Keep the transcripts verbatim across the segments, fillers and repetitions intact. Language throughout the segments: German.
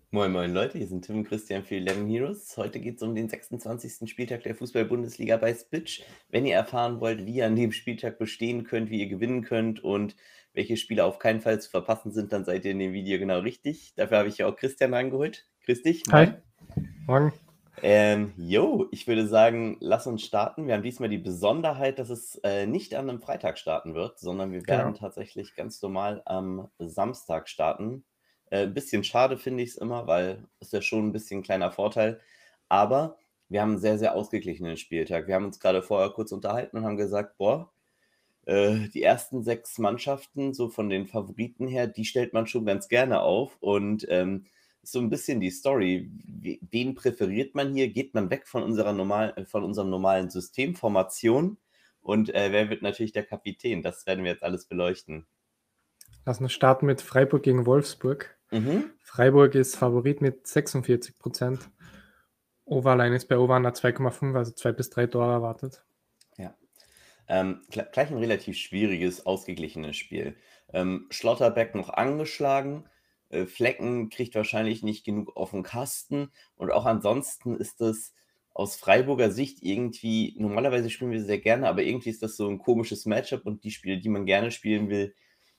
Moin, moin Leute, hier sind Tim und Christian für Eleven Heroes. Heute geht es um den sechsundzwanzigsten Spieltag der Fußball-Bundesliga bei Spitch. Wenn ihr erfahren wollt, wie ihr an dem Spieltag bestehen könnt, wie ihr gewinnen könnt und welche Spiele auf keinen Fall zu verpassen sind, dann seid ihr in dem Video genau richtig. Dafür habe ich ja auch Christian rangeholt. Grüß dich, Hi, moin. morgen. Ähm, jo, ich würde sagen, lass uns starten. Wir haben diesmal die Besonderheit, dass es äh, nicht an einem Freitag starten wird, sondern wir werden Genau. tatsächlich ganz normal am Samstag starten. Äh, ein bisschen schade finde ich es immer, weil es ja schon ein bisschen ein kleiner Vorteil. Aber wir haben einen sehr, sehr ausgeglichenen Spieltag. Wir haben uns gerade vorher kurz unterhalten und haben gesagt, boah, äh, die ersten sechs Mannschaften, so von den Favoriten her, die stellt man schon ganz gerne auf. Und ähm, so ein bisschen die Story. We- Wen präferiert man hier? Geht man weg von unserer normal, äh, von unserem normalen System, Formation? Und äh, wer wird natürlich der Kapitän? Das werden wir jetzt alles beleuchten. Lass uns starten mit Freiburg gegen Wolfsburg. Mhm. Freiburg ist Favorit mit sechsundvierzig Prozent. Overline ist bei Over zwei Komma fünf, also zwei bis drei Tore erwartet. Ja. Ähm, gl- gleich ein relativ schwieriges, ausgeglichenes Spiel. Ähm, Schlotterbeck noch angeschlagen. Äh, Flecken kriegt wahrscheinlich nicht genug auf den Kasten. Und auch ansonsten ist das aus Freiburger Sicht irgendwie, normalerweise spielen wir sehr gerne, aber irgendwie ist das so ein komisches Matchup und die Spiele, die man gerne spielen will,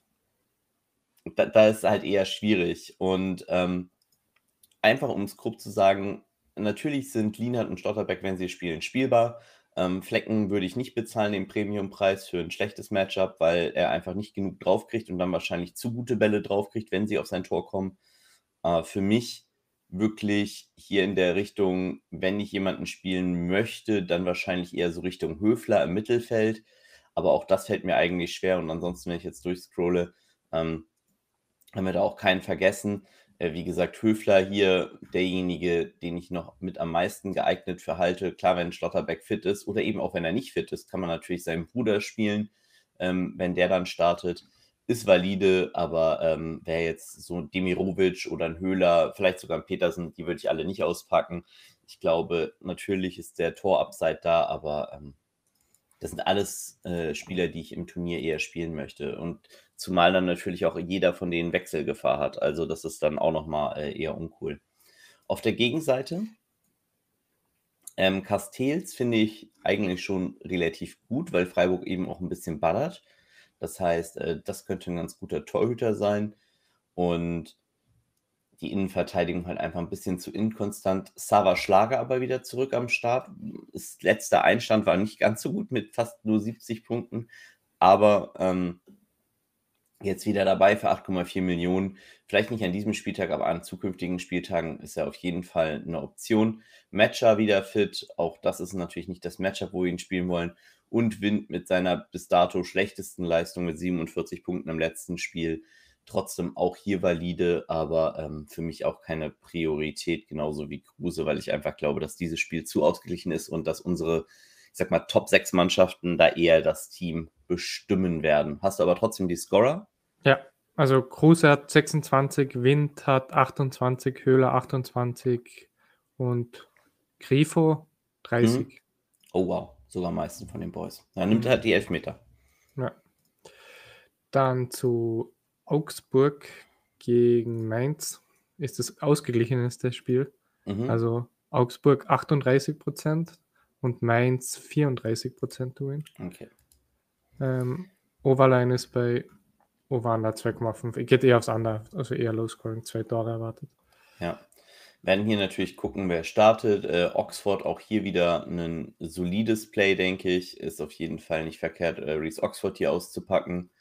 da, da ist halt eher schwierig. Und ähm, einfach um es grob zu sagen, natürlich sind Lienhardt und Schlotterbeck, wenn sie spielen, spielbar. Ähm, Flecken würde ich nicht bezahlen, den Premiumpreis für ein schlechtes Matchup, weil er einfach nicht genug draufkriegt und dann wahrscheinlich zu gute Bälle draufkriegt, wenn sie auf sein Tor kommen. Äh, für mich wirklich hier in der Richtung, wenn ich jemanden spielen möchte, dann wahrscheinlich eher so Richtung Höfler im Mittelfeld. Aber auch das fällt mir eigentlich schwer. Und ansonsten, wenn ich jetzt durchscrolle, ähm, haben wir da auch keinen vergessen. Äh, wie gesagt, Höfler hier derjenige, den ich noch mit am meisten geeignet für halte. Klar, wenn Schlotterbeck fit ist oder eben auch wenn er nicht fit ist, kann man natürlich seinen Bruder spielen, ähm, wenn der dann startet. Ist valide, aber ähm, wer jetzt so ein Demirovic oder ein Höhler, vielleicht sogar ein Petersen, die würde ich alle nicht auspacken. Ich glaube, natürlich ist der Tor-Upside da, aber ähm, das sind alles äh, Spieler, die ich im Turnier eher spielen möchte. Und zumal dann natürlich auch jeder von denen Wechselgefahr hat. Also das ist dann auch nochmal äh, eher uncool. Auf der Gegenseite, ähm, Castells finde ich eigentlich schon relativ gut, weil Freiburg eben auch ein bisschen ballert. Das heißt, äh, das könnte ein ganz guter Torhüter sein. Und die Innenverteidigung halt einfach ein bisschen zu inkonstant. Sava Schlager aber wieder zurück am Start. Das letzte Einstand war nicht ganz so gut mit fast nur siebzig Punkten, aber ähm, jetzt wieder dabei für acht Komma vier Millionen. Vielleicht nicht an diesem Spieltag, aber an zukünftigen Spieltagen ist er auf jeden Fall eine Option. Matcher wieder fit, auch das ist natürlich nicht das Matchup, wo wir ihn spielen wollen. Und Wind mit seiner bis dato schlechtesten Leistung mit siebenundvierzig Punkten im letzten Spiel. Trotzdem auch hier valide, aber ähm, für mich auch keine Priorität, genauso wie Kruse, weil ich einfach glaube, dass dieses Spiel zu ausgeglichen ist und dass unsere, ich sag mal, Top sechs Mannschaften da eher das Team bestimmen werden. Hast du aber trotzdem die Scorer? Ja, also Kruse hat sechsundzwanzig, Wind hat achtundzwanzig, Höhler achtundzwanzig und Grifo Mhm. dreißig. Oh wow, sogar am meisten von den Boys. Dann nimmt er Mhm. halt die Elfmeter. Ja. Dann zu Augsburg gegen Mainz ist das ausgeglichenste Spiel. Mhm. Also Augsburg achtunddreißig Prozent und Mainz vierunddreißig Prozent to win. Okay. Ähm, Overline ist bei Over zwei Komma fünf. Ich gehe eher aufs Under, also eher Low Scoring, zwei Tore erwartet. Ja. Werden hier natürlich gucken, wer startet. Äh, Oxford auch hier wieder ein solides Play, denke ich. Ist auf jeden Fall nicht verkehrt, äh, Reece Oxford hier auszupacken.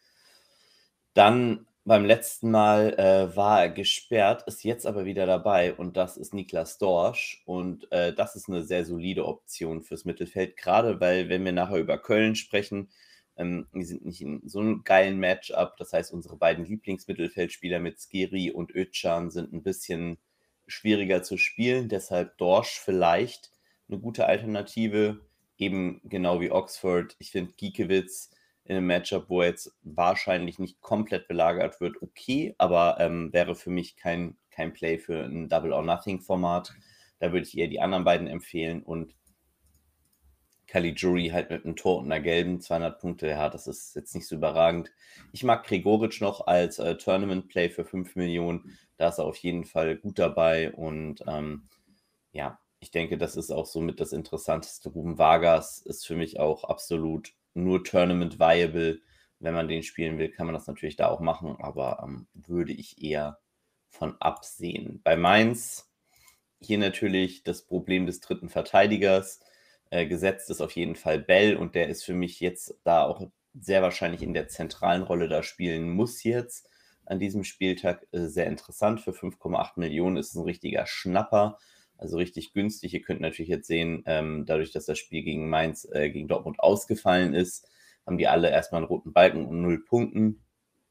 Dann beim letzten Mal äh, war er gesperrt, ist jetzt aber wieder dabei und das ist Niklas Dorsch. Und äh, das ist eine sehr solide Option fürs Mittelfeld, gerade weil, wenn wir nachher über Köln sprechen, ähm, die sind nicht in so einem geilen Matchup. Das heißt, unsere beiden Lieblingsmittelfeldspieler mit Skiri und Özcan sind ein bisschen schwieriger zu spielen. Deshalb Dorsch vielleicht eine gute Alternative, eben genau wie Oxford. Ich finde Giekewitz in einem Matchup, wo er jetzt wahrscheinlich nicht komplett belagert wird, okay, aber ähm, wäre für mich kein, kein Play für ein Double or Nothing Format. Da würde ich eher die anderen beiden empfehlen und Caligiuri halt mit einem Tor und einer gelben, zweihundert Punkte, ja, das ist jetzt nicht so überragend. Ich mag Gregoritsch noch als äh, Tournament-Play für fünf Millionen. Da ist er auf jeden Fall gut dabei und ähm, ja, ich denke, das ist auch somit das Interessanteste. Ruben Vargas ist für mich auch absolut nur Tournament-viable. Wenn man den spielen will, kann man das natürlich da auch machen, aber ähm, würde ich eher von absehen. Bei Mainz hier natürlich das Problem des dritten Verteidigers. Äh, gesetzt ist auf jeden Fall Bell und der ist für mich jetzt da auch sehr wahrscheinlich in der zentralen Rolle da spielen muss jetzt an diesem Spieltag. Äh, sehr interessant, für fünf Komma acht Millionen ist ein richtiger Schnapper, also richtig günstig. Ihr könnt natürlich jetzt sehen, ähm, dadurch, dass das Spiel gegen Mainz, äh, gegen Dortmund ausgefallen ist, haben die alle erstmal einen roten Balken und null Punkten.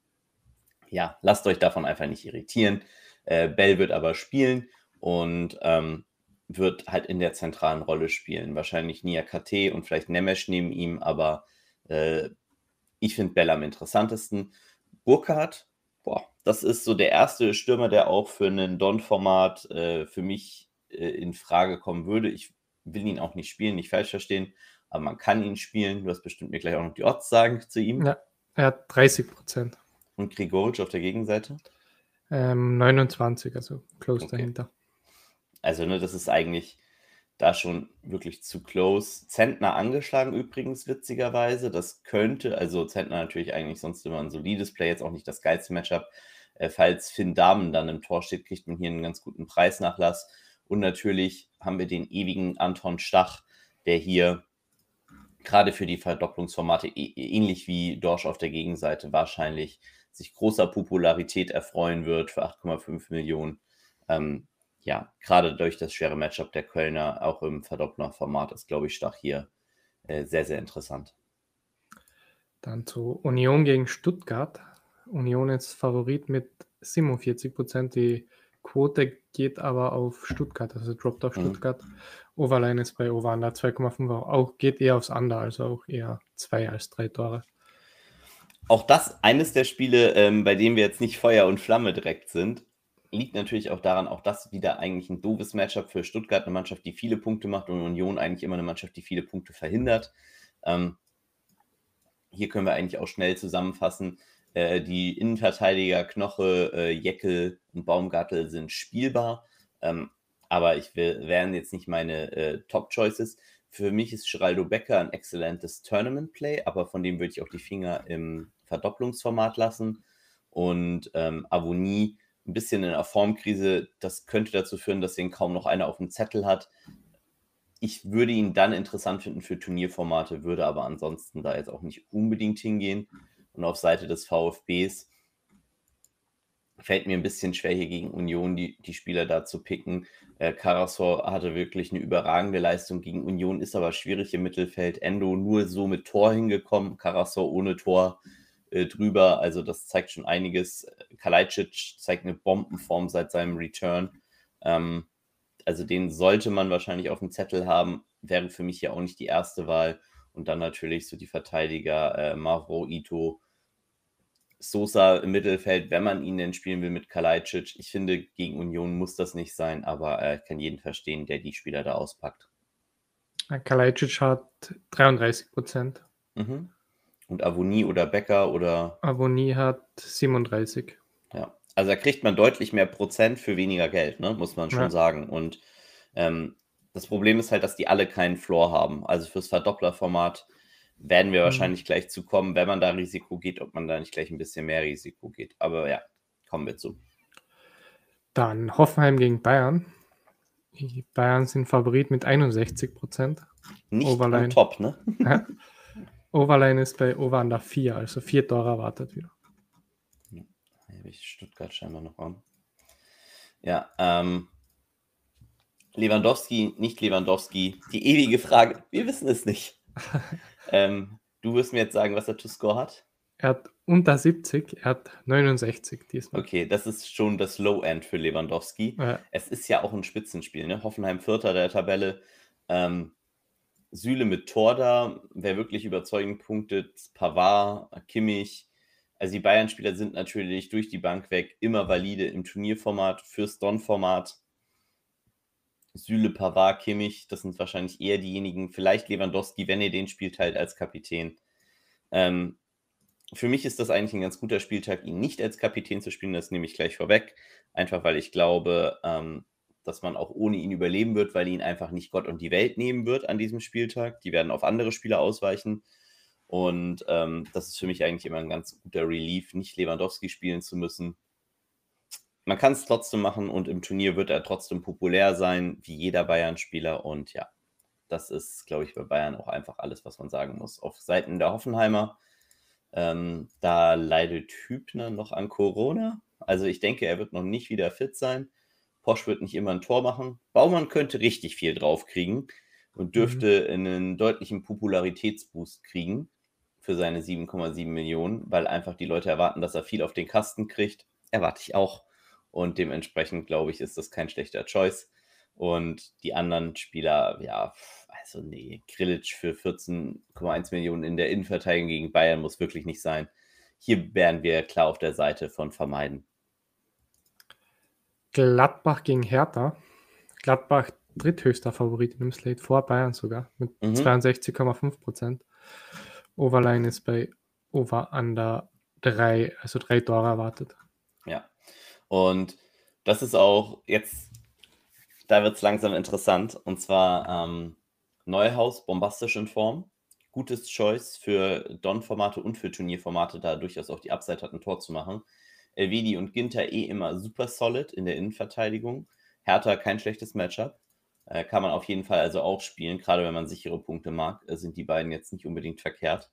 Ja, lasst euch davon einfach nicht irritieren. Äh, Bell wird aber spielen und ähm, wird halt in der zentralen Rolle spielen. Wahrscheinlich Nia K T und vielleicht Nemes neben ihm, aber äh, ich finde Bell am interessantesten. Burkhardt, boah, das ist so der erste Stürmer, der auch für ein Don-Format äh, für mich äh, in Frage kommen würde. Ich will ihn auch nicht spielen, nicht falsch verstehen, aber man kann ihn spielen. Du hast bestimmt mir gleich auch noch die Odds sagen zu ihm. Ja, er hat dreißig Prozent. Und Gregoritsch auf der Gegenseite? Ähm, neunundzwanzig, also close Okay. dahinter. Also, ne, das ist eigentlich da schon wirklich zu close. Zentner angeschlagen übrigens, witzigerweise. Das könnte, also Zentner natürlich eigentlich sonst immer ein solides Play, jetzt auch nicht das geilste Matchup. Äh, falls Finn Dahmen dann im Tor steht, kriegt man hier einen ganz guten Preisnachlass. Und natürlich haben wir den ewigen Anton Stach, der hier gerade für die Verdopplungsformate ä- ähnlich wie Dorsch auf der Gegenseite wahrscheinlich sich großer Popularität erfreuen wird für acht Komma fünf Millionen. Ähm, ja, gerade durch das schwere Matchup der Kölner, auch im Verdopplerformat, ist, glaube ich, Stach hier äh, sehr, sehr interessant. Dann zu Union gegen Stuttgart. Union ist Favorit mit siebenundvierzig Prozent. Die Quote geht aber auf Stuttgart, also droppt auf Mhm. Stuttgart. Overline ist bei Over Under zwei Komma fünf, auch geht eher aufs Under, also auch eher zwei als drei Tore. Auch das, eines der Spiele, ähm, bei dem wir jetzt nicht Feuer und Flamme direkt sind, liegt natürlich auch daran, auch das wieder eigentlich ein doofes Matchup für Stuttgart, eine Mannschaft, die viele Punkte macht und Union eigentlich immer eine Mannschaft, die viele Punkte verhindert. Ähm, hier können wir eigentlich auch schnell zusammenfassen, äh, die Innenverteidiger Knoche, äh, Jeckel und Baumgartel sind spielbar, ähm, aber ich will, wären jetzt nicht meine äh, Top-Choices. Für mich ist Geraldo Becker ein exzellentes Tournament-Play, aber von dem würde ich auch die Finger im Verdopplungsformat lassen. Und ähm, Avonie ein bisschen in einer Formkrise, das könnte dazu führen, dass ihn kaum noch einer auf dem Zettel hat. Ich würde ihn dann interessant finden für Turnierformate, würde aber ansonsten da jetzt auch nicht unbedingt hingehen. Und auf Seite des VfBs fällt mir ein bisschen schwer, hier gegen Union die, die Spieler da zu picken. Äh, Karasor hatte wirklich eine überragende Leistung gegen Union, ist aber schwierig im Mittelfeld. Endo nur so mit Tor hingekommen, Karasor ohne Tor äh, drüber. Also das zeigt schon einiges. Kalajdzic zeigt eine Bombenform seit seinem Return. Ähm, also den sollte man wahrscheinlich auf dem Zettel haben, wäre für mich ja auch nicht die erste Wahl. Und dann natürlich so die Verteidiger äh, Mavro, Ito, Sosa im Mittelfeld, wenn man ihn denn spielen will mit Kalajdzic. Ich finde, gegen Union muss das nicht sein, aber ich äh, kann jeden verstehen, der die Spieler da auspackt. Kalajdzic hat dreiunddreißig Prozent. Mhm. Und Avonie oder Becker oder... Avonie hat siebenunddreißig. Ja, also da kriegt man deutlich mehr Prozent für weniger Geld, ne? Muss man schon Ja. sagen. Und ähm, das Problem ist halt, dass die alle keinen Floor haben. Also fürs Verdopplerformat werden wir Mhm. wahrscheinlich gleich zu kommen, wenn man da Risiko geht, ob man da nicht gleich ein bisschen mehr Risiko geht. Aber ja, kommen wir zu. Dann Hoffenheim gegen Bayern. Die Bayern sind Favorit mit einundsechzig Prozent. Nicht Overline. am Top, ne? Ja. Overline ist bei Over Under vier, also vier Tore erwartet wieder. Hier habe ich Stuttgart scheinbar noch an. Ja, ähm, Lewandowski, nicht Lewandowski. Die ewige Frage, wir wissen es nicht. ähm, du wirst mir jetzt sagen, was er to score hat? Er hat unter siebzig, er hat neunundsechzig diesmal. Okay, das ist schon das Low-End für Lewandowski. Ja. Es ist ja auch ein Spitzenspiel, ne? Hoffenheim Vierter der Tabelle. Ähm, Süle mit Tor da, wer wirklich überzeugend punktet, Pavard, Kimmich. Also die Bayern-Spieler sind natürlich durch die Bank weg immer valide im Turnierformat, fürs Don-Format. Süle, Pavard, Kimmich, das sind wahrscheinlich eher diejenigen, vielleicht Lewandowski, wenn ihr den spielt, halt als Kapitän. Ähm, für mich ist das eigentlich ein ganz guter Spieltag, ihn nicht als Kapitän zu spielen, das nehme ich gleich vorweg. Einfach weil ich glaube, ähm, dass man auch ohne ihn überleben wird, weil ihn einfach nicht Gott und die Welt nehmen wird an diesem Spieltag. Die werden auf andere Spieler ausweichen. Und ähm, das ist für mich eigentlich immer ein ganz guter Relief, nicht Lewandowski spielen zu müssen. Man kann es trotzdem machen und im Turnier wird er trotzdem populär sein, wie jeder Bayern-Spieler. Und ja, das ist, glaube ich, bei Bayern auch einfach alles, was man sagen muss. Auf Seiten der Hoffenheimer, ähm, da leidet Hübner noch an Corona. Also ich denke, er wird noch nicht wieder fit sein. Posch wird nicht immer ein Tor machen. Baumann könnte richtig viel draufkriegen und dürfte Mhm. einen deutlichen Popularitätsboost kriegen für seine sieben Komma sieben Millionen, weil einfach die Leute erwarten, dass er viel auf den Kasten kriegt. Erwarte ich auch. Und dementsprechend, glaube ich, ist das kein schlechter Choice. Und die anderen Spieler, ja, also nee, Grillitsch für vierzehn Komma eins Millionen in der Innenverteidigung gegen Bayern muss wirklich nicht sein. Hier wären wir klar auf der Seite von vermeiden. Gladbach gegen Hertha. Gladbach dritthöchster Favorit in dem Slate, vor Bayern sogar, mit Mhm. zweiundsechzig Komma fünf Prozent. Overline ist bei Over Under drei, also drei Tore erwartet. Ja. Und das ist auch jetzt, da wird es langsam interessant. Und zwar ähm, Neuhaus, bombastisch in Form. Gutes Choice für Don-Formate und für Turnierformate, da durchaus auch die Upside hat, ein Tor zu machen. Elvedi und Ginter eh immer super solid in der Innenverteidigung. Hertha kein schlechtes Matchup. Äh, kann man auf jeden Fall also auch spielen. Gerade wenn man sichere Punkte mag, äh, sind die beiden jetzt nicht unbedingt verkehrt.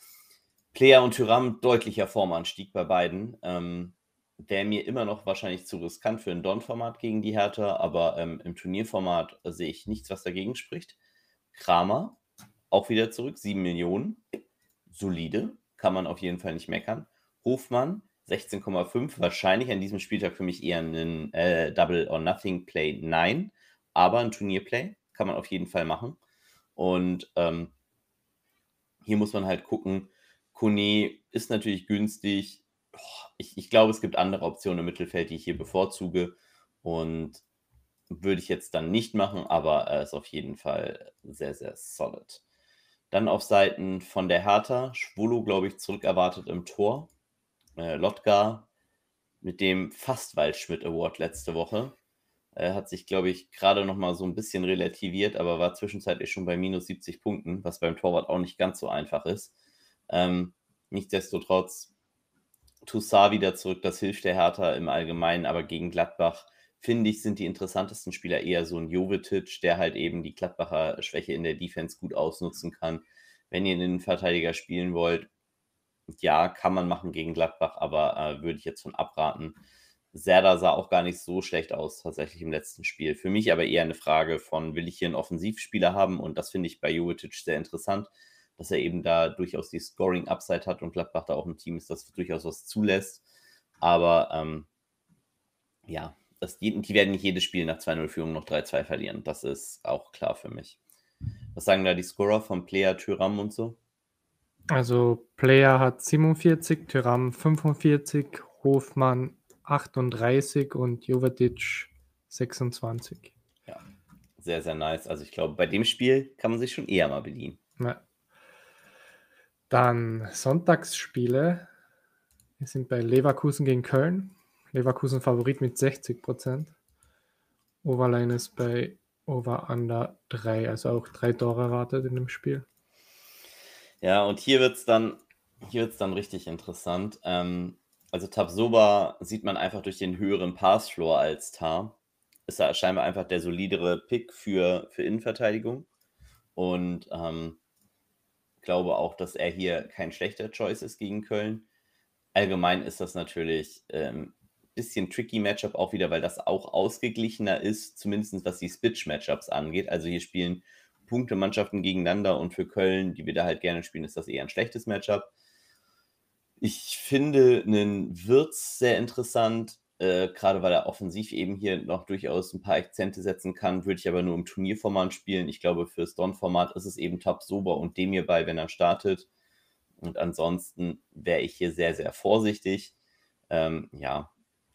Player und Thuram, deutlicher Formanstieg bei beiden. Ähm, Wäre mir immer noch wahrscheinlich zu riskant für ein Don-Format gegen die Hertha, aber ähm, im Turnierformat äh, sehe ich nichts, was dagegen spricht. Kramer, auch wieder zurück, sieben Millionen. Solide, kann man auf jeden Fall nicht meckern. Hofmann, sechzehn Komma fünf, wahrscheinlich an diesem Spieltag für mich eher ein äh, Double or Nothing Play, nein, aber ein Turnierplay kann man auf jeden Fall machen. Und ähm, hier muss man halt gucken, Kone ist natürlich günstig. Oh, ich, ich glaube, es gibt andere Optionen im Mittelfeld, die ich hier bevorzuge und würde ich jetzt dann nicht machen, aber er ist auf jeden Fall sehr, sehr solid. Dann auf Seiten von der Hertha, Schwolo, glaube ich, zurückerwartet im Tor. Äh, Lotka mit dem fast Waldschmidt Award letzte Woche. Er hat sich, glaube ich, gerade noch mal so ein bisschen relativiert, aber war zwischenzeitlich schon bei minus siebzig Punkten, was beim Torwart auch nicht ganz so einfach ist. Ähm, nichtsdestotrotz, Toussaint wieder zurück, das hilft der Hertha im Allgemeinen, aber gegen Gladbach, finde ich, sind die interessantesten Spieler eher so ein Jovetic, der halt eben die Gladbacher Schwäche in der Defense gut ausnutzen kann. Wenn ihr einen Verteidiger spielen wollt, ja, kann man machen gegen Gladbach, aber äh, würde ich jetzt von abraten. Serdar sah auch gar nicht so schlecht aus, tatsächlich im letzten Spiel. Für mich aber eher eine Frage von, will ich hier einen Offensivspieler haben? Und das finde ich bei Jovetic sehr interessant, dass er eben da durchaus die Scoring-Upside hat und Gladbach da auch ein Team ist, das durchaus was zulässt. Aber ähm, ja, das, die, die werden nicht jedes Spiel nach zwei null Führung noch drei zwei verlieren. Das ist auch klar für mich. Was sagen da die Scorer von Player, Thuram und so? Also Player hat siebenundvierzig, Thuram fünfundvierzig, Hofmann achtunddreißig und Jovetic sechsundzwanzig. Ja, sehr, sehr nice. Also ich glaube, bei dem Spiel kann man sich schon eher mal bedienen. Ja. Dann Sonntagsspiele. Wir sind bei Leverkusen gegen Köln. Leverkusen Favorit mit sechzig Prozent. Overline ist bei Over Under drei, also auch drei Tore erwartet in dem Spiel. Ja, und hier wird es dann, hier wird's dann richtig interessant. Ähm, also Tabsoba sieht man einfach durch den höheren Passfloor als Tar. Ist er scheinbar einfach der solidere Pick für, für Innenverteidigung. Und ähm, glaube auch, dass er hier kein schlechter Choice ist gegen Köln. Allgemein ist das natürlich ein ähm, bisschen tricky Matchup auch wieder, weil das auch ausgeglichener ist, zumindest was die Spitch-Matchups angeht. Also hier spielen Punktemannschaften gegeneinander und für Köln, die wir da halt gerne spielen, ist das eher ein schlechtes Matchup. Ich finde einen Wirtz sehr interessant, äh, gerade weil er offensiv eben hier noch durchaus ein paar Akzente setzen kann, würde ich aber nur im Turnierformat spielen. Ich glaube, fürs Don-Format ist es eben Tabsoba und dem hierbei, wenn er startet. Und ansonsten wäre ich hier sehr, sehr vorsichtig. Ähm, ja,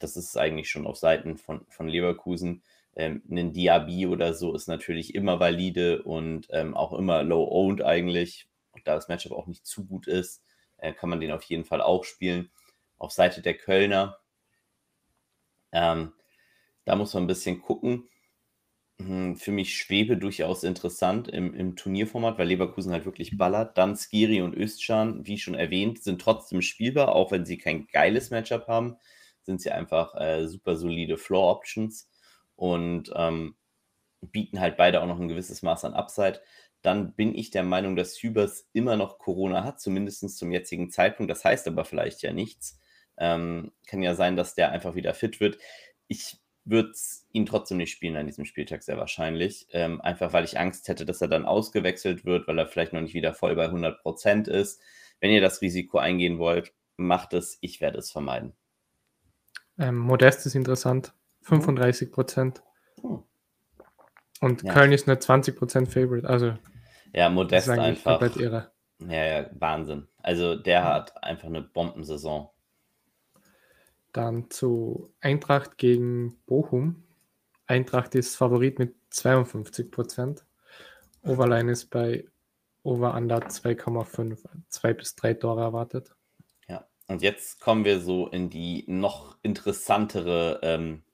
das ist eigentlich schon auf Seiten von, von Leverkusen. Ähm, ein Diaby oder so ist natürlich immer valide und ähm, auch immer low-owned eigentlich. Und da das Matchup auch nicht zu gut ist, äh, kann man den auf jeden Fall auch spielen. Auf Seite der Kölner, ähm, da muss man ein bisschen gucken. Hm, Für mich Schwebe durchaus interessant im, im Turnierformat, weil Leverkusen halt wirklich ballert. Dann Skiri und Özcan, wie schon erwähnt, sind trotzdem spielbar, auch wenn sie kein geiles Matchup haben, sind sie einfach äh, super solide Floor-Options und ähm, bieten halt beide auch noch ein gewisses Maß an Upside. Dann bin ich der Meinung, dass Hübers immer noch Corona hat, zumindest zum jetzigen Zeitpunkt. Das heißt aber vielleicht ja nichts. Ähm, kann ja sein, dass der einfach wieder fit wird. Ich würde ihn trotzdem nicht spielen an diesem Spieltag, sehr wahrscheinlich. Ähm, einfach weil ich Angst hätte, dass er dann ausgewechselt wird, weil er vielleicht noch nicht wieder voll bei hundert Prozent ist. Wenn ihr das Risiko eingehen wollt, macht es. Ich werde es vermeiden. Ähm, Modest ist interessant, fünfunddreißig Prozent. Hm. Und Ja. Köln ist nur zwanzig Prozent Favorite. Also, Ja, das ist Modest eigentlich einfach. komplett irre. Ja, ja, Wahnsinn. Also der hat einfach eine Bombensaison. Dann zu Eintracht gegen Bochum. Eintracht ist Favorit mit zweiundfünfzig Prozent. Overline ist bei Over-Under zwei Komma fünf, zwei bis drei Tore erwartet. Ja, und jetzt kommen wir so in die noch interessantere ähm,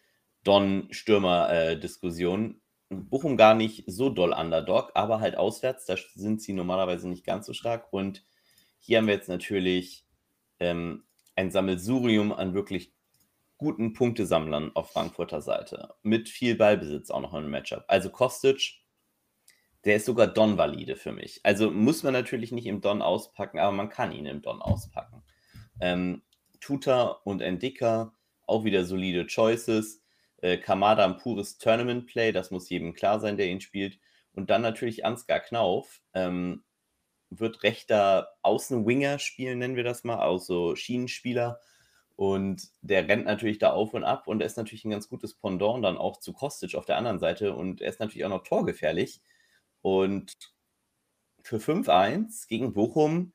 Don-Stürmer-Diskussion. Bochum gar nicht so doll Underdog, aber halt auswärts, da sind sie normalerweise nicht ganz so stark. Und hier haben wir jetzt natürlich ähm, ein Sammelsurium an wirklich guten Punktesammlern auf Frankfurter Seite. Mit viel Ballbesitz auch noch im Matchup. Also Kostic, der ist sogar Don-valide für mich. Also muss man natürlich nicht im Don auspacken, aber man kann ihn im Don auspacken. Ähm, Tuta und Endika, auch wieder solide Choices. Äh, Kamada ein pures Tournament-Play, das muss jedem klar sein, der ihn spielt. Und dann natürlich Ansgar Knauf, ähm, wird rechter Außenwinger spielen, nennen wir das mal, also Schienenspieler. Und der rennt natürlich da auf und ab und er ist natürlich ein ganz gutes Pendant dann auch zu Kostic auf der anderen Seite und er ist natürlich auch noch torgefährlich. Und für fünf eins gegen Bochum,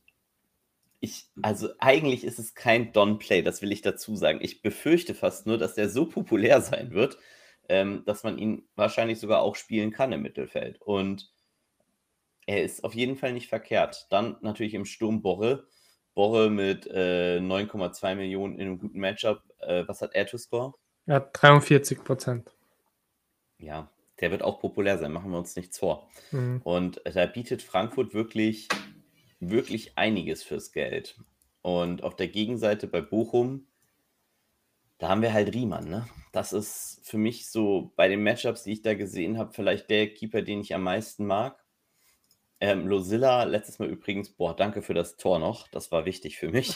ich, also eigentlich ist es kein Don-Play, das will ich dazu sagen. Ich befürchte fast nur, dass der so populär sein wird, ähm, dass man ihn wahrscheinlich sogar auch spielen kann im Mittelfeld. Und er ist auf jeden Fall nicht verkehrt. Dann natürlich im Sturm Borre. Borre mit äh, neun Komma zwei Millionen in einem guten Matchup. Äh, was hat er to score? Er hat dreiundvierzig Prozent. Ja, der wird auch populär sein, machen wir uns nichts vor. Mhm. Und da bietet Frankfurt wirklich, wirklich einiges fürs Geld. Und auf der Gegenseite bei Bochum, da haben wir halt Riemann, ne? Das ist für mich so bei den Matchups, die ich da gesehen habe, vielleicht der Keeper, den ich am meisten mag. Ähm, Losilla, letztes Mal übrigens, boah, danke für das Tor noch, das war wichtig für mich.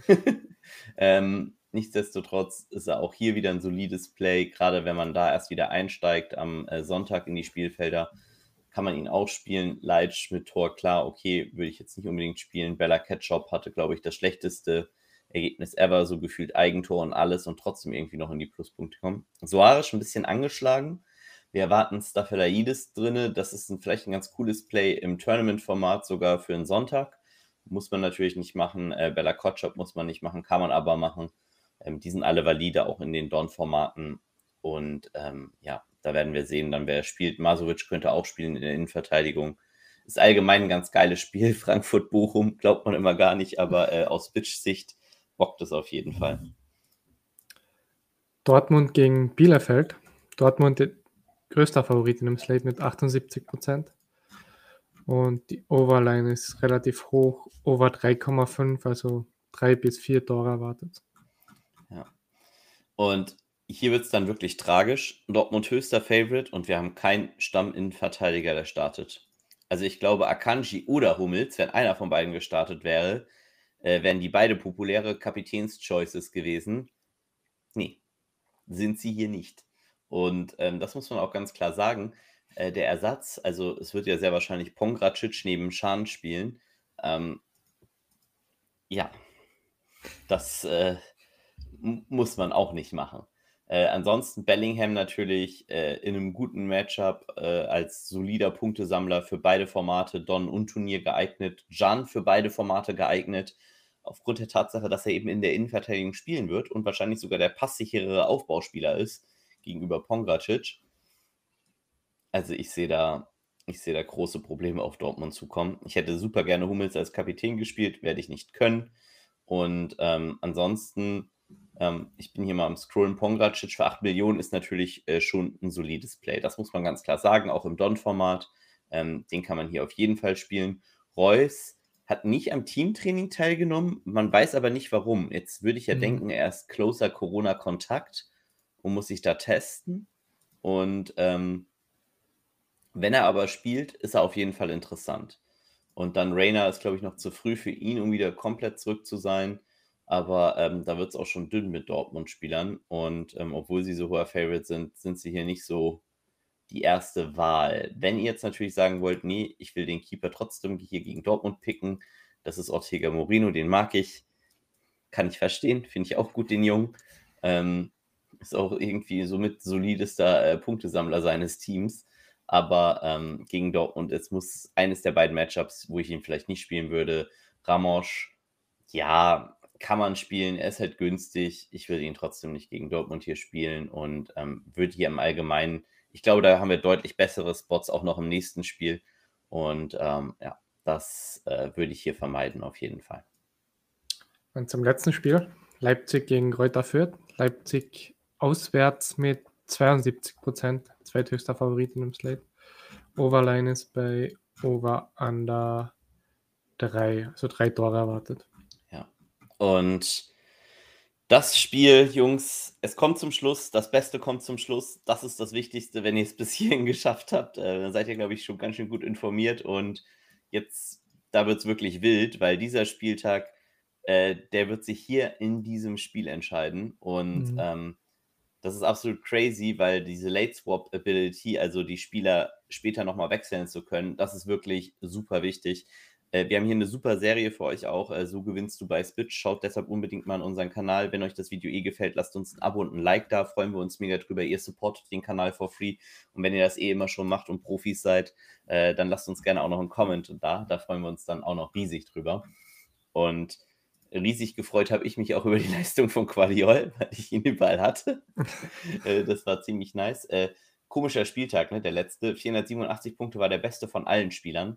ähm, nichtsdestotrotz ist er auch hier wieder ein solides Play, gerade wenn man da erst wieder einsteigt am äh, Sonntag in die Spielfelder, kann man ihn auch spielen. Leitsch mit Tor, klar, okay, würde ich jetzt nicht unbedingt spielen. Bella Ketchup hatte, glaube ich, das schlechteste Ergebnis ever, so gefühlt Eigentor und alles und trotzdem irgendwie noch in die Pluspunkte kommen. Soares ein bisschen angeschlagen. Wir erwarten Staphylaidis drinne. Das ist ein, vielleicht ein ganz cooles Play im Tournament-Format, sogar für einen Sonntag. Muss man natürlich nicht machen. Äh, Bella Kotschap muss man nicht machen, kann man aber machen. Ähm, die sind alle valide, auch in den Don-Formaten. Und ähm, ja, da werden wir sehen, dann wer spielt. Masovic könnte auch spielen in der Innenverteidigung. Ist allgemein ein ganz geiles Spiel. Frankfurt-Bochum glaubt man immer gar nicht, aber äh, aus Pitch-Sicht bockt es auf jeden Fall. Dortmund gegen Bielefeld. Dortmund der größter Favorit in dem Slate mit achtundsiebzig Prozent. Und die Overline ist relativ hoch, over drei Komma fünf, also drei bis vier Tore erwartet. Ja. Und hier wird es dann wirklich tragisch. Dortmund höchster Favorite und wir haben keinen Stamminnenverteidiger, der startet. Also ich glaube, Akanji oder Hummels, wenn einer von beiden gestartet wäre, äh, wären die beide populäre Kapitäns-Choices gewesen. Nee, sind sie hier nicht. Und ähm, das muss man auch ganz klar sagen. Äh, der Ersatz, also es wird ja sehr wahrscheinlich Pongracic neben Schan spielen. Ähm, ja, das äh, m- muss man auch nicht machen. Äh, ansonsten Bellingham natürlich äh, in einem guten Matchup äh, als solider Punktesammler für beide Formate, Don und Turnier geeignet, Jan für beide Formate geeignet. aufgrund der Tatsache, dass er eben in der Innenverteidigung spielen wird und wahrscheinlich sogar der passsicherere Aufbauspieler ist gegenüber Pongracic. Also ich sehe da, ich sehe da große Probleme auf Dortmund zukommen. Ich hätte super gerne Hummels als Kapitän gespielt, werde ich nicht können. Und ähm, ansonsten, ähm, ich bin hier mal am Scrollen, Pongracic für acht Millionen ist natürlich äh, schon ein solides Play. Das muss man ganz klar sagen, auch im Don-Format. Ähm, den kann man hier auf jeden Fall spielen. Reus hat nicht am Teamtraining teilgenommen, man weiß aber nicht warum. Jetzt würde ich ja Mhm. denken, er ist closer Corona-Kontakt und muss sich da testen. Und ähm, wenn er aber spielt, ist er auf jeden Fall interessant. Und dann Reina ist, glaube ich, noch zu früh für ihn, um wieder komplett zurück zu sein. Aber ähm, da wird es auch schon dünn mit Dortmund-Spielern. Und ähm, obwohl sie so hoher Favorite sind, sind sie hier nicht so die erste Wahl. Wenn ihr jetzt natürlich sagen wollt, nee, ich will den Keeper trotzdem hier gegen Dortmund picken, das ist Ortega Moreno, den mag ich. Kann ich verstehen, finde ich auch gut, den Jungen. Ähm, ist auch irgendwie somit solidester äh, Punktesammler seines Teams. Aber ähm, gegen Dortmund, es muss eines der beiden Matchups, wo ich ihn vielleicht nicht spielen würde. Ramos, ja, kann man spielen, er ist halt günstig. Ich will ihn trotzdem nicht gegen Dortmund hier spielen und ähm, würde hier im Allgemeinen, ich glaube, da haben wir deutlich bessere Spots auch noch im nächsten Spiel. Und ähm, ja, das äh, würde ich hier vermeiden auf jeden Fall. Und zum letzten Spiel, Leipzig gegen Greuther Fürth. Leipzig auswärts mit zweiundsiebzig Prozent, zweithöchster Favorit in dem Slate. Overline ist bei Over Under drei, also drei Tore erwartet. Ja. Und das Spiel, Jungs, es kommt zum Schluss, das Beste kommt zum Schluss. Das ist das Wichtigste, wenn ihr es bis hierhin geschafft habt. Äh, dann seid ihr, glaube ich, schon ganz schön gut informiert. Und jetzt, da wird es wirklich wild, weil dieser Spieltag, äh, der wird sich hier in diesem Spiel entscheiden. Und Mhm. ähm, das ist absolut crazy, weil diese Late Swap Ability, also die Spieler später nochmal wechseln zu können, das ist wirklich super wichtig. Äh, wir haben hier eine super Serie für euch auch. Äh, so gewinnst du bei Spitch. Schaut deshalb unbedingt mal an unseren Kanal. Wenn euch das Video eh gefällt, lasst uns ein Abo und ein Like da. Freuen wir uns mega drüber. Ihr supportet den Kanal for free. Und wenn ihr das eh immer schon macht und Profis seid, äh, dann lasst uns gerne auch noch einen Comment da. Da freuen wir uns dann auch noch riesig drüber. Und riesig gefreut habe ich mich auch über die Leistung von Guardiol, weil ich ihn überall hatte. äh, das war ziemlich nice. Äh, komischer Spieltag, ne? Der letzte. vierhundertsiebenundachtzig Punkte war der beste von allen Spielern.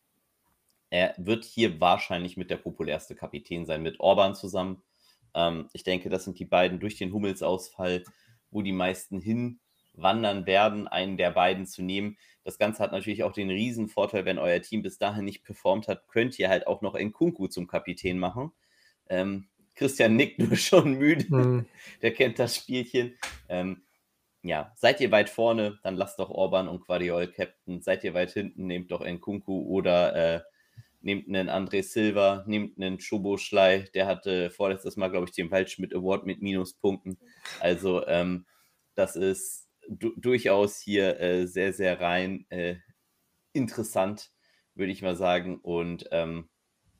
Er wird hier wahrscheinlich mit der populärste Kapitän sein, mit Orban zusammen. Ähm, ich denke, das sind die beiden durch den Hummels-Ausfall, wo die meisten hinwandern werden, einen der beiden zu nehmen. Das Ganze hat natürlich auch den riesen Vorteil, wenn euer Team bis dahin nicht performt hat, könnt ihr halt auch noch Nkunku zum Kapitän machen. Ähm, Christian nickt nur schon müde. Mhm. Der kennt das Spielchen. Ähm, ja, seid ihr weit vorne, dann lasst doch Orban und Guardiol Captain. Seid ihr weit hinten, nehmt doch Nkunku oder äh, nehmt einen André Silva, nehmt einen Szoboszlai. Der hatte vorletztes Mal, glaube ich, den Waldschmidt Award mit Minuspunkten. Also ähm, das ist du durchaus hier äh, sehr, sehr rein äh, interessant, würde ich mal sagen. Und ähm,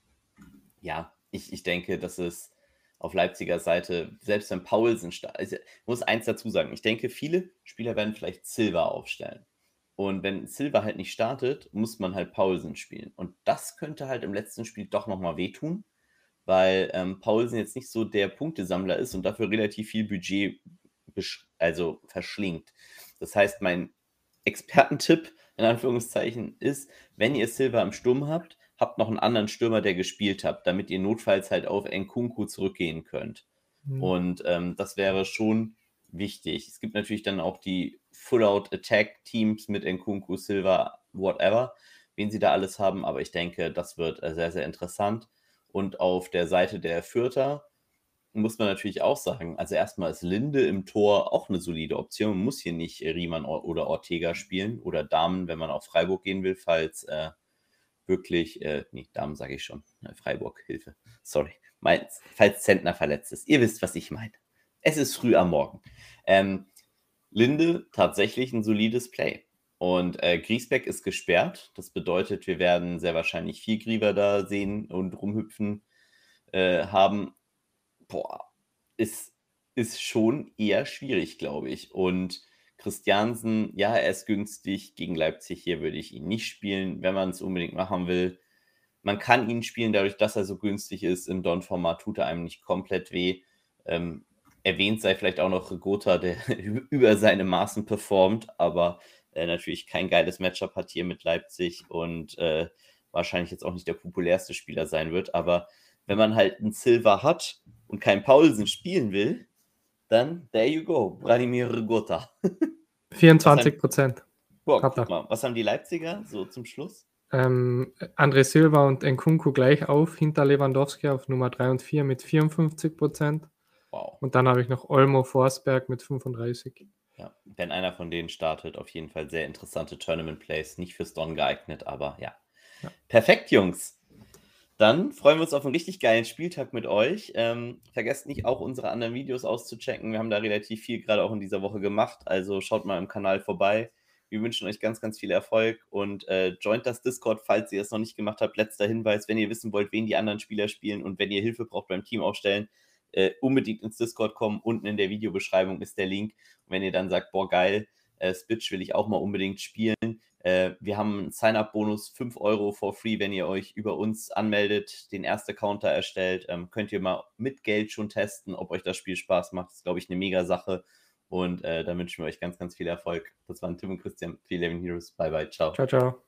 ja, ich, ich denke, dass es auf Leipziger Seite, selbst wenn Paulsen startet, also, ich muss eins dazu sagen, ich denke, viele Spieler werden vielleicht Silva aufstellen. Und wenn Silva halt nicht startet, muss man halt Paulsen spielen. Und das könnte halt im letzten Spiel doch nochmal wehtun, weil ähm, Paulsen jetzt nicht so der Punktesammler ist und dafür relativ viel Budget also verschlingt. Das heißt, mein Expertentipp in Anführungszeichen ist, wenn ihr Silva im Sturm habt, habt noch einen anderen Stürmer, der gespielt habt, damit ihr notfalls halt auf Nkunku zurückgehen könnt. Mhm. Und ähm, das wäre schon wichtig. Es gibt natürlich dann auch die Full-Out-Attack-Teams mit Nkunku, Silva, whatever, wen sie da alles haben, aber ich denke, das wird äh, sehr, sehr interessant. Und auf der Seite der Fürther muss man natürlich auch sagen, also erstmal ist Linde im Tor auch eine solide Option. Man muss hier nicht Riemann oder Ortega spielen oder Damen, wenn man auf Freiburg gehen will, falls äh, wirklich, äh, nee, Damen sage ich schon, Freiburg, Hilfe, sorry, mein, falls Zentner verletzt ist. Ihr wisst, was ich meine. Es ist früh am Morgen. Ähm, Linde tatsächlich ein solides Play. Und äh, Griesbeck ist gesperrt. Das bedeutet, wir werden sehr wahrscheinlich viel Griever da sehen und rumhüpfen äh, haben. Boah, ist, ist schon eher schwierig, glaube ich. Und Christiansen, ja, er ist günstig. Gegen Leipzig hier würde ich ihn nicht spielen, wenn man es unbedingt machen will. man kann ihn spielen, dadurch, dass er so günstig ist. Im Don-Format tut er einem nicht komplett weh. Ähm, erwähnt sei vielleicht auch noch Rigotta, der über seine Maßen performt, aber äh, natürlich kein geiles Matchup hat hier mit Leipzig und äh, wahrscheinlich jetzt auch nicht der populärste Spieler sein wird. Aber wenn man halt einen Silva hat und keinen Paulsen spielen will, dann there you go, Branimir Rigotta. vierundzwanzig Prozent. Boah, guck mal, was haben die Leipziger so zum Schluss? Ähm, André Silva und Nkunku gleich auf, hinter Lewandowski auf Nummer drei und vier mit vierundfünfzig Prozent. Wow. Und dann habe ich noch Olmo Forsberg mit fünfunddreißig. Ja, wenn einer von denen startet, auf jeden Fall sehr interessante Tournament-Plays. Nicht fürs Don geeignet, aber ja. Ja. Perfekt, Jungs. Dann freuen wir uns auf einen richtig geilen Spieltag mit euch. Ähm, vergesst nicht, auch unsere anderen Videos auszuchecken. Wir haben da relativ viel gerade auch in dieser Woche gemacht. Also schaut mal im Kanal vorbei. Wir wünschen euch ganz, ganz viel Erfolg und äh, joint das Discord, falls ihr es noch nicht gemacht habt. Letzter Hinweis, wenn ihr wissen wollt, wen die anderen Spieler spielen und wenn ihr Hilfe braucht beim Team aufstellen, äh, unbedingt ins Discord kommen. Unten in der Videobeschreibung ist der Link. Und wenn ihr dann sagt, boah, geil, äh, Spitch will ich auch mal unbedingt spielen. Äh, wir haben einen Sign-up-Bonus, fünf Euro for free, wenn ihr euch über uns anmeldet, den ersten Counter erstellt. Ähm, könnt ihr mal mit Geld schon testen, ob euch das Spiel Spaß macht. Das ist, glaube ich, eine mega Sache. Und äh, da wünschen wir euch ganz, ganz viel Erfolg. Das waren Tim und Christian für Eleven Heroes. Bye, bye. Ciao. Ciao, ciao.